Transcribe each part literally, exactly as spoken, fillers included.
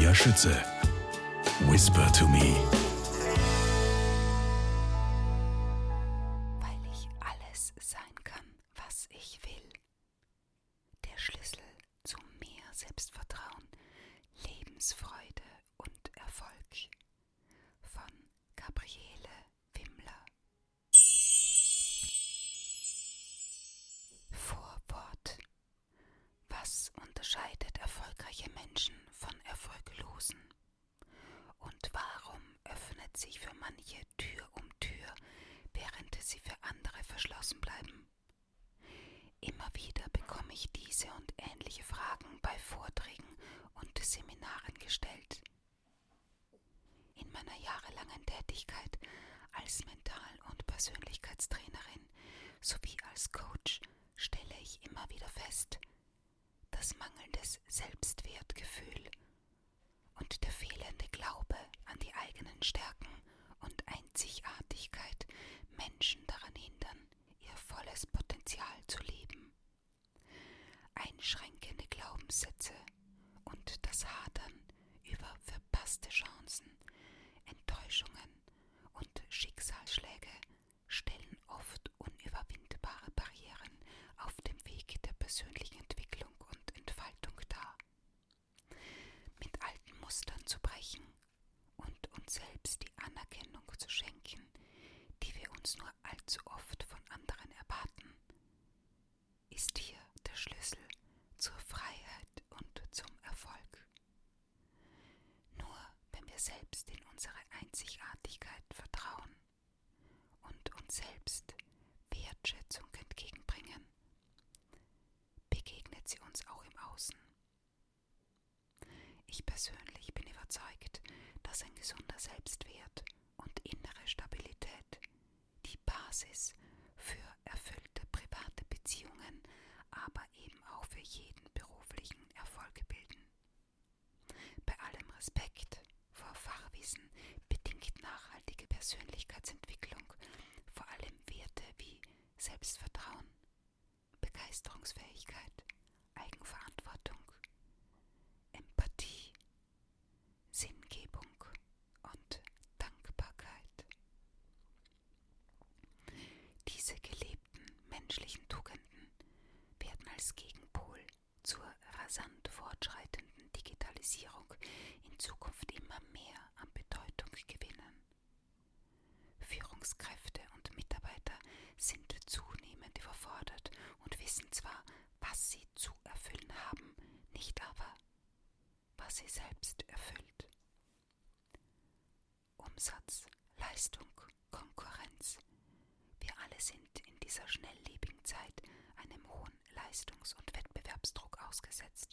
Maria Schütze. Whisper to Me. Weil ich alles sein kann, was ich will. Der Schlüssel zu mehr Selbstvertrauen, Lebensfreude und Erfolg. Von Gabriele Wimler. Vorwort. Was unterscheidet erfolgreiche Menschen von Erfolglosen? Und warum öffnet sich für manche Tür um Tür, während sie für andere verschlossen bleiben? Immer wieder bekomme ich diese und ähnliche Fragen bei Vorträgen und Seminaren gestellt. In meiner jahrelangen Tätigkeit als Mental- und Persönlichkeitstrainerin sowie als Coach stelle ich immer wieder fest, dass mangelndes Selbstwertgefühl und der fehlende Glaube an die eigenen Stärken und Einzigartigkeit Menschen daran hindern, ihr volles Potenzial zu leben. Einschränkende Glaubenssätze und das Hadern über verpasste Chancen, Enttäuschungen und Schicksalsschläge stellen oft unüberwindbare Barrieren auf dem Weg der persönlichen Entwicklung und Entfaltung dar. Mit alten Mustern zu brechen und uns selbst die Anerkennung zu schenken, die wir uns nur allzu oft von anderen erwarten, ist hier der Schlüssel zur Freiheit und zum Erfolg. Nur wenn wir selbst in unsere Einzigartigkeit vertrauen und uns selbst Wertschätzung entgegenbringen, begegnet sie uns auch im Außen. Ich persönlich bin überzeugt, dass ein gesunder Selbstwert und innere Stabilität die Basis für erfüllte private Beziehungen, aber eben auch für jeden beruflichen Erfolg bilden. Bei allem Respekt vor Fachwissen bedingt nachhaltige Persönlichkeitsentwicklung vor allem Werte wie Selbstvertrauen, Begeisterungsfähigkeit, Eigenverantwortung, Empathie, Sinngebung und Dankbarkeit. Diese gelebten menschlichen Tugenden werden als Gegenpol zur rasant fortschreitenden Digitalisierung in Zukunft immer mehr an Bedeutung gewinnen. Führungskräfte und Mitarbeiter sind zunehmend überfordert und wissen zwar, was sie zu erfüllen haben, nicht aber, was sie selbst erfüllt. Umsatz, Leistung, Konkurrenz. Wir alle sind in dieser schnelllebigen Zeit einem hohen Leistungs- und Wettbewerbsdruck ausgesetzt.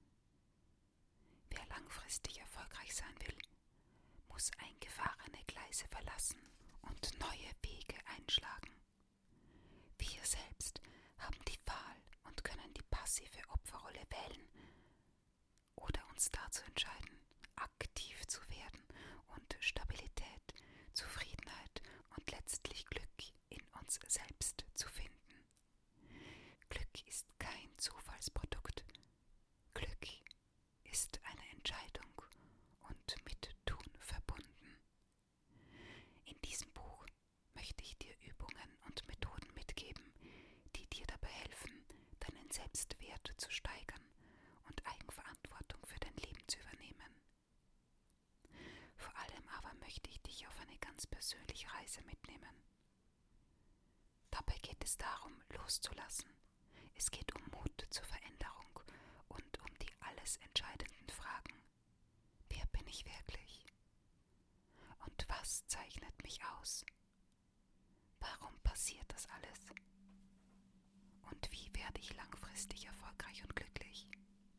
Wer langfristig erfolgreich sein will, muss eingefahrene Gleise verlassen und neue Wege einschlagen. Wir selbst haben die Wahl und können die passive Opferrolle wählen oder uns dazu entscheiden, aktiv zu werden und Stabilität, Zufriedenheit und letztlich Glück in uns selbst zu finden. Glück ist kein Zufallsprodukt. Glück ist eine Entscheidung und mit Tun verbunden. In diesem Buch möchte ich dir Übungen und Methoden mitgeben, die dir dabei helfen, deinen Selbstwert zu steigern und Eigenverantwortung für dein Leben zu übernehmen. Vor allem aber möchte ich dich auf eine ganz persönliche Reise mitnehmen. Dabei geht es darum, loszulassen. Es geht um Mut zur Veränderung und um die alles entscheidenden Fragen. Wer bin ich wirklich? Und was zeichnet mich aus? Warum passiert das alles? Und wie werde ich langfristig erfolgreich und glücklich?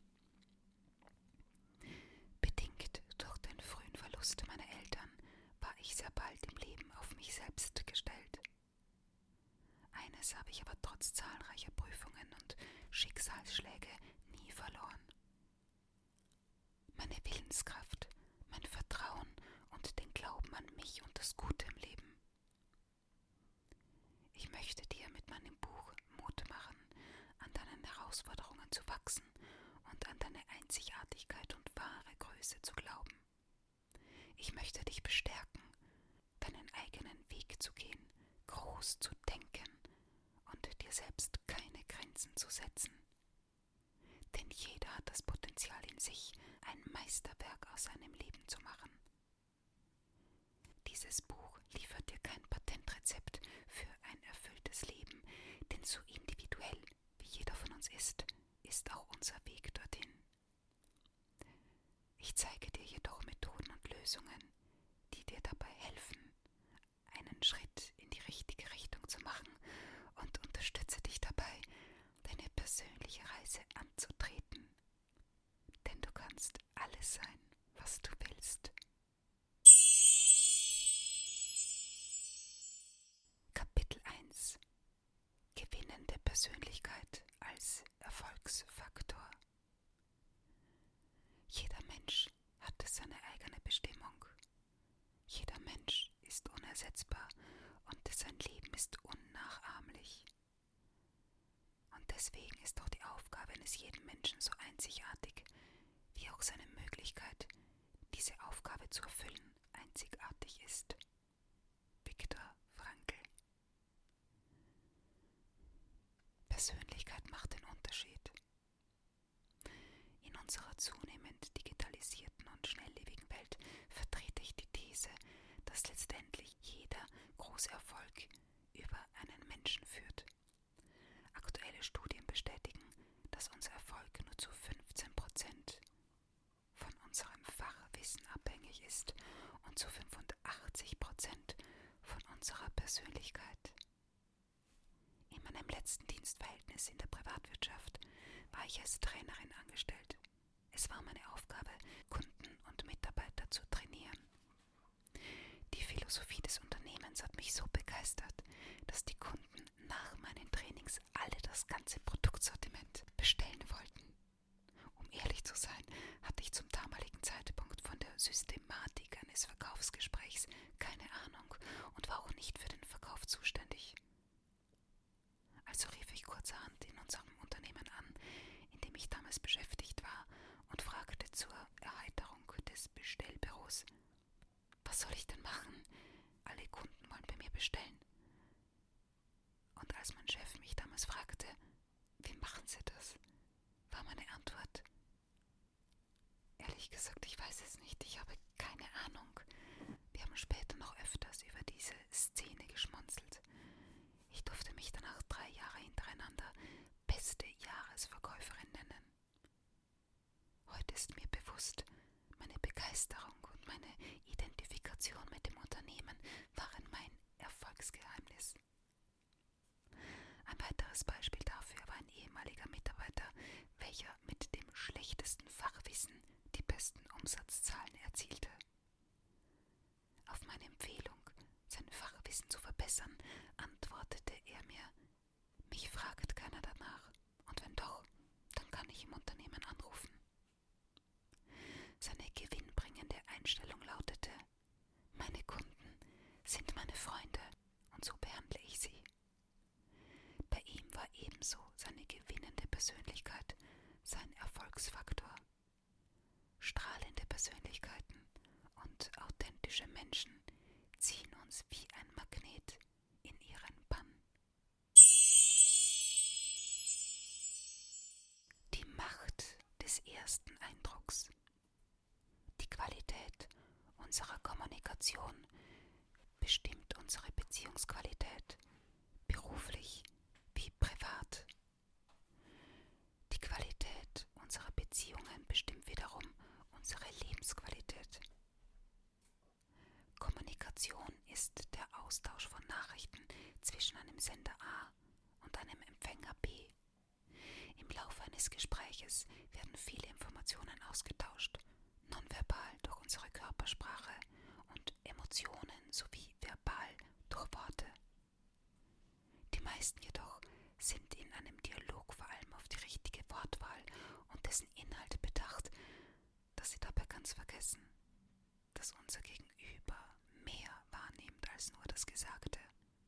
Bedingt durch den frühen Verlust meiner Eltern war ich sehr bald im Leben auf mich selbst gestellt. Eines habe ich aber trotz zahlreicher Prüfungen und Schicksalsschläge nie verloren. Meine Willenskraft, mein Vertrauen und den Glauben an mich und das Gute im Leben. Ich möchte dir mit meinem Buch Mut machen, an deinen Herausforderungen zu wachsen und an deine Einzigartigkeit und wahre Größe zu glauben. selbst keine Grenzen zu setzen. Denn jeder hat das Potenzial in sich, ein Meisterwerk aus seinem Leben zu machen. Dieses Buch liefert dir kein Patentrezept für ein erfülltes Leben, denn so individuell wie jeder von uns ist, ist auch unser Weg dorthin. Ich zeige dir jedoch Methoden und Lösungen, die dir dabei helfen, einen Schritt in die richtige Richtung zu machen und unterstütze dich dabei, deine persönliche Reise anzutreten. Denn du kannst alles sein, was du willst. Kapitel eins: Gewinnende Persönlichkeit als Erfolgsfaktor. Jeder Mensch hat seine eigene Bestimmung. Jeder Mensch ist unersetzbar und sein Leben ist unnachahmlich. Und deswegen ist auch die Aufgabe eines jeden Menschen so einzigartig, wie auch seine Möglichkeit, diese Aufgabe zu erfüllen, einzigartig ist. Viktor Frankl. Persönlichkeit macht den Unterschied. In unserer zunehmend digitalisierten und schnelllebigen Welt vertrete ich die These, dass letztendlich jeder große Erfolg über einen Menschen führt. Aktuelle Studien bestätigen, dass unser Erfolg nur zu fünfzehn Prozent von unserem Fachwissen abhängig ist und zu fünfundachtzig Prozent von unserer Persönlichkeit. In meinem letzten Dienstverhältnis in der Privatwirtschaft war ich als Trainerin angestellt. Es war meine Aufgabe, Kunden und Mitarbeiter zu trainieren. Die Philosophie des Unternehmens hat mich so begeistert, dass die Kunden nach meinen Trainings alle das ganze Produktsortiment bestellen wollten. Um ehrlich zu sein, hatte ich zum damaligen Zeitpunkt von der Systematik eines Verkaufsgesprächs keine Ahnung und war auch nicht für den Verkauf zuständig. Also rief ich kurzerhand in unserem Unternehmen an, in dem ich damals beschäftigt war, und fragte zur Erheiterung des Bestellbüros: Was soll ich denn machen? Alle Kunden wollen bei mir bestellen. Und als mein Chef mich damals fragte, wie machen Sie das, war meine Antwort: Ehrlich gesagt, ich weiß es nicht, ich habe keine Ahnung. Wir haben später noch öfters über diese Szene geschmunzelt. Ich durfte mich danach drei Jahre hintereinander beste Jahresverkäuferin nennen. Heute ist mir bewusst, meine Begeisterung und meine Identifikation mit dem Unternehmen waren mein Erfolgsgeheimnis. Ein weiteres Beispiel dafür war ein ehemaliger Mitarbeiter, welcher mit dem schlechtesten Fachwissen die besten Umsatzzahlen erzielte. Auf meine Empfehlung, sein Fachwissen zu verbessern, antwortete er mir: Mich fragt keiner danach, und wenn doch, dann kann ich im Unternehmen anrufen. Seine gewinnbringende Einstellung lautete: Meine Kunden sind meine Freunde und so behandle ich sie. Bei ihm war ebenso seine gewinnende Persönlichkeit sein Erfolgsfaktor. Strahlende Persönlichkeiten und authentische Menschen ziehen uns wie ein Magnet in ihren Bann. Die Macht des ersten Eindrucks. Die Qualität unserer Kommunikation bestimmt unsere Beziehungsqualität, beruflich wie privat. Die Qualität unserer Beziehungen bestimmt wiederum unsere Lebensqualität. Kommunikation ist der Austausch von Nachrichten zwischen einem Sender A und einem Empfänger B. Im Laufe eines Gespräches werden viele Informationen ausgetauscht, nonverbal durch unsere Körpersprache und Emotionen sowie verbal durch Worte. Die meisten jedoch sind in einem Dialog vor allem auf die richtige Wortwahl und dessen Inhalt bedacht, dass sie dabei ganz vergessen, dass unser Gegenüber mehr wahrnimmt als nur das Gesagte.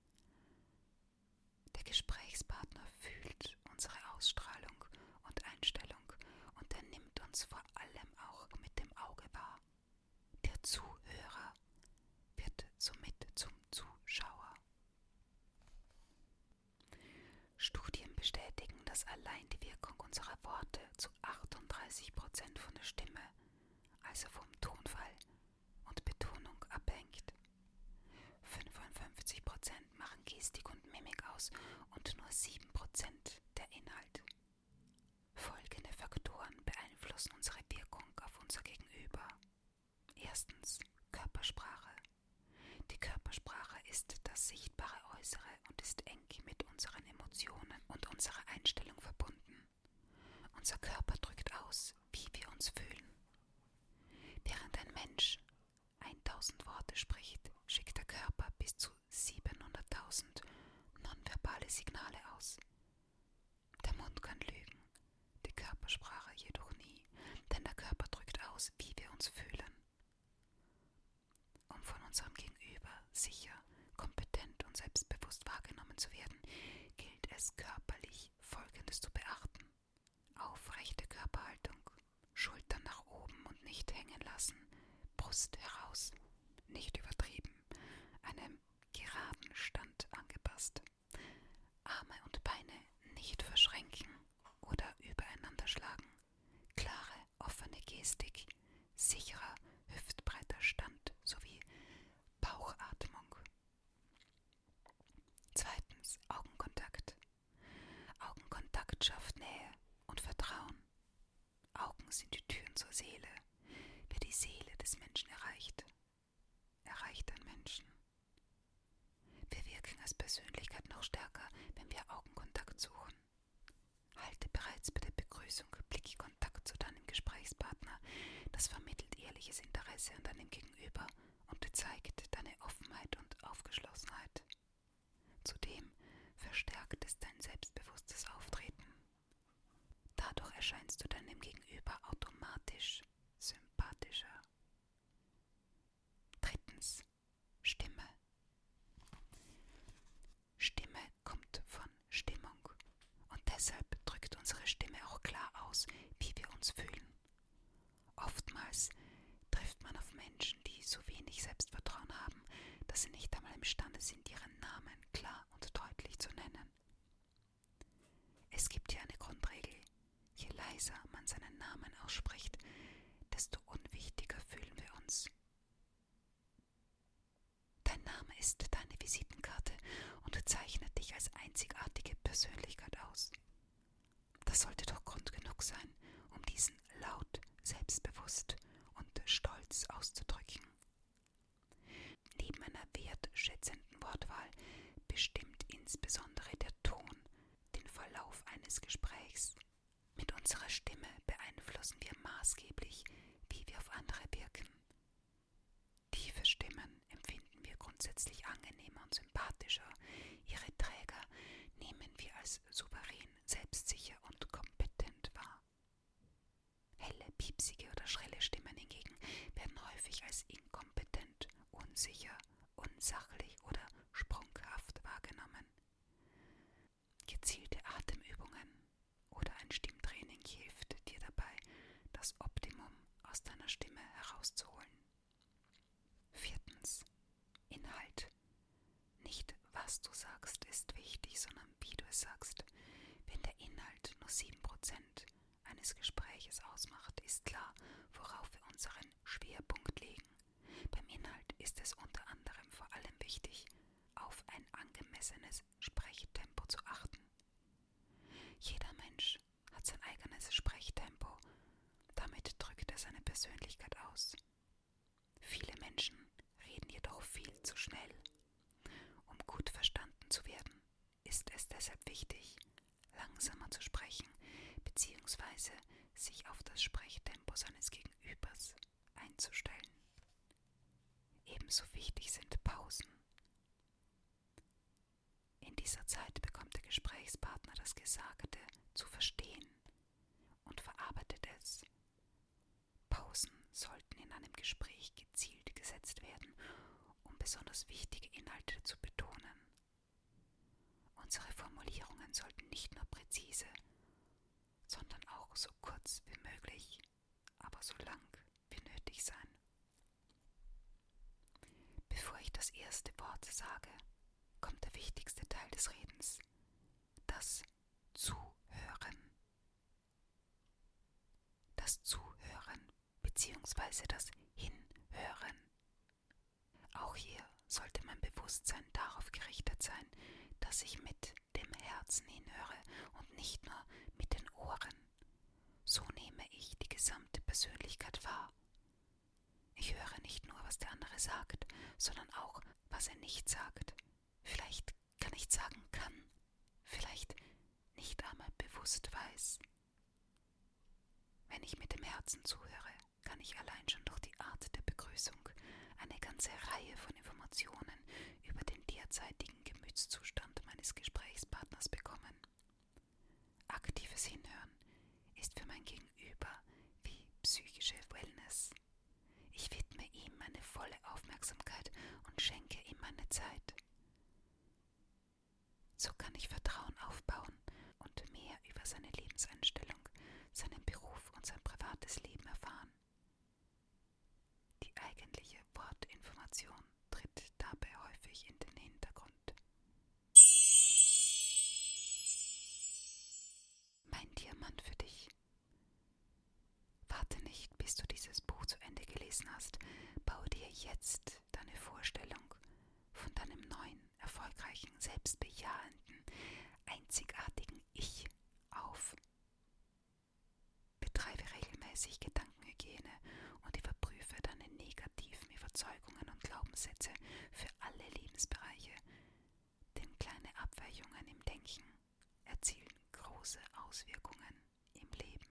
Der Gesprächspartner fühlt unsere Ausstrahlung und Einstellung und er nimmt uns vor allem auch mit dem Auge wahr. Der Zuhörer wird somit zum Zuschauer. Studien dass allein die Wirkung unserer Worte zu achtunddreißig Prozent von der Stimme, also vom Tonfall und Betonung, abhängt. fünfundfünfzig Prozent machen Gestik und Mimik aus und nur sieben Prozent der Inhalt. Folgende Faktoren beeinflussen unsere Wirkung auf unser Gegenüber. Erstens, Körpersprache. Die Körpersprache ist das sichtbare Äußere und ist eng mit unseren Emotionen und unserer Einstellung verbunden. Unser Körper drückt aus, wie wir uns fühlen. Während ein Mensch tausend Worte spricht, schickt der Körper bis zu siebenhunderttausend nonverbale Signale aus. Der Mund kann lügen, die Körpersprache jedoch nie, denn der Körper drückt aus, wie wir uns fühlen. Um von unserem Gegenüber sicher, kompetent und selbstbewusst wahrgenommen zu werden, gilt es körperlich Folgendes zu beachten: Aufrechte Körperhaltung, Schultern nach oben und nicht hängen lassen, Brust heraus, nicht übertrieben, einem geraden Stand angepasst, Arme und Beine nicht verschränken oder übereinander schlagen, klare, offene Gestik, sicherer, hüftbreiter Stand sowie Bauchatmung. Zweitens, Augenkontakt. Augenkontakt schafft Nähe und Vertrauen. Augen sind die Türen zur Seele. Wer die Seele des Menschen erreicht, erreicht den Menschen. Wir wirken als Persönlichkeit noch stärker, wenn wir Augenkontakt suchen. Halte bereits bei der Begrüßung Blickkontakt zu deinem Gesprächspartner. Das vermittelt ehrliches Interesse an deinem Gegenüber und zeigt deine Offenheit und Aufgeschlossenheit. Zudem verstärkt es dein selbstbewusstes Auftreten. Dadurch erscheinst du deinem Gegenüber automatisch sympathischer. Drittens, Stimme. Stimme kommt von Stimmung und deshalb drückt unsere Stimme auch klar aus, wie wir uns fühlen. Oftmals trifft man auf Menschen, die so wenig Selbstvertrauen haben, dass sie nicht einmal imstande sind, ihren Namen klar und deutlich zu nennen. Es gibt hier eine Grundregel: Je leiser man seinen Namen ausspricht, desto unwichtiger fühlen wir uns. Dein Name ist deine Visitenkarte und zeichnet dich als einzigartige Persönlichkeit aus. Das sollte doch Grund genug sein, um diesen laut, selbstbewusst und stolz auszudrücken. Neben einer wertschätzenden Wortwahl bestimmt insbesondere der Ton den Verlauf eines Gesprächs. Mit unserer Stimme beeinflussen wir maßgeblich, wie wir auf andere wirken. Tiefe Stimmen empfinden wir grundsätzlich angenehmer und sympathischer. Ihre Träger nehmen wir als souverän, selbstsicher und kompetent wahr. Helle, piepsige oder schrille Stimmen hingegen werden häufig als inkompetent, unsicher, unsachlich oder sprunghaft wahrgenommen. Gezielte Atemübungen oder ein Stimmtraining hilft dir dabei, das Optimum aus deiner Stimme herauszuholen. Viertens, Inhalt. Nicht was du sagst ist wichtig, sondern wie du es sagst. Wenn der Inhalt nur sieben Prozent eines Gespräches ausmacht, ist klar, worauf wir unseren Schwerpunkt legen. Beim Inhalt ist es unter anderem vor allem wichtig, auf ein angemessenes Sprechtempo zu achten. Jeder Mensch hat sein eigenes Sprechtempo, damit drückt er seine Persönlichkeit aus. Viele Menschen reden jedoch viel zu schnell. Um gut verstanden zu werden, ist es deshalb wichtig, langsamer zu sprechen bzw. sich auf das Sprechtempo seines Gegenübers einzustellen. Ebenso wichtig sind Pausen. In dieser Zeit bekommt der Gesprächspartner das Gesagte zu verstehen und verarbeitet es. Pausen sollten in einem Gespräch gezielt gesetzt werden, um besonders wichtige Inhalte zu betonen. Unsere Formulierungen sollten nicht nur präzise, sondern auch so kurz wie möglich, aber so lang wie nötig sein. Bevor ich das erste Wort sage, kommt der wichtigste Teil des Redens, das Zuhören. bzw. das Hinhören. Auch hier sollte mein Bewusstsein darauf gerichtet sein, dass ich mit dem Herzen hinhöre und nicht nur mit den Ohren. So nehme ich die gesamte Persönlichkeit wahr. Ich höre nicht nur, was der andere sagt, sondern auch, was er nicht sagt. Vielleicht gar nicht sagen kann, vielleicht nicht einmal bewusst weiß. Wenn ich mit dem Herzen zuhöre, kann ich allein schon durch die Art der Begrüßung eine ganze Reihe von Informationen über den derzeitigen Gemütszustand meines Gesprächspartners bekommen. Aktives Hinhören ist für mein Gegenüber wie psychische Wellness. Ich widme ihm meine volle Aufmerksamkeit und schenke ihm meine Zeit. So kann ich Vertrauen aufbauen und mehr über seine Lebenseinstellung, seinen Beruf und sein privates Leben erfahren. Die eigentliche Wortinformation tritt dabei häufig in den Hintergrund. Mein Diamant für dich. Warte nicht, bis du dieses Buch zu Ende gelesen hast. Baue dir jetzt deine Vorstellung von deinem neuen, erfolgreichen, selbstbejahenden, einzigartigen Ich auf. Betreibe regelmäßig Gedankenhygiene und überprüfe deine negativen Überzeugungen und Glaubenssätze für alle Lebensbereiche, denn kleine Abweichungen im Denken erzielen große Auswirkungen im Leben.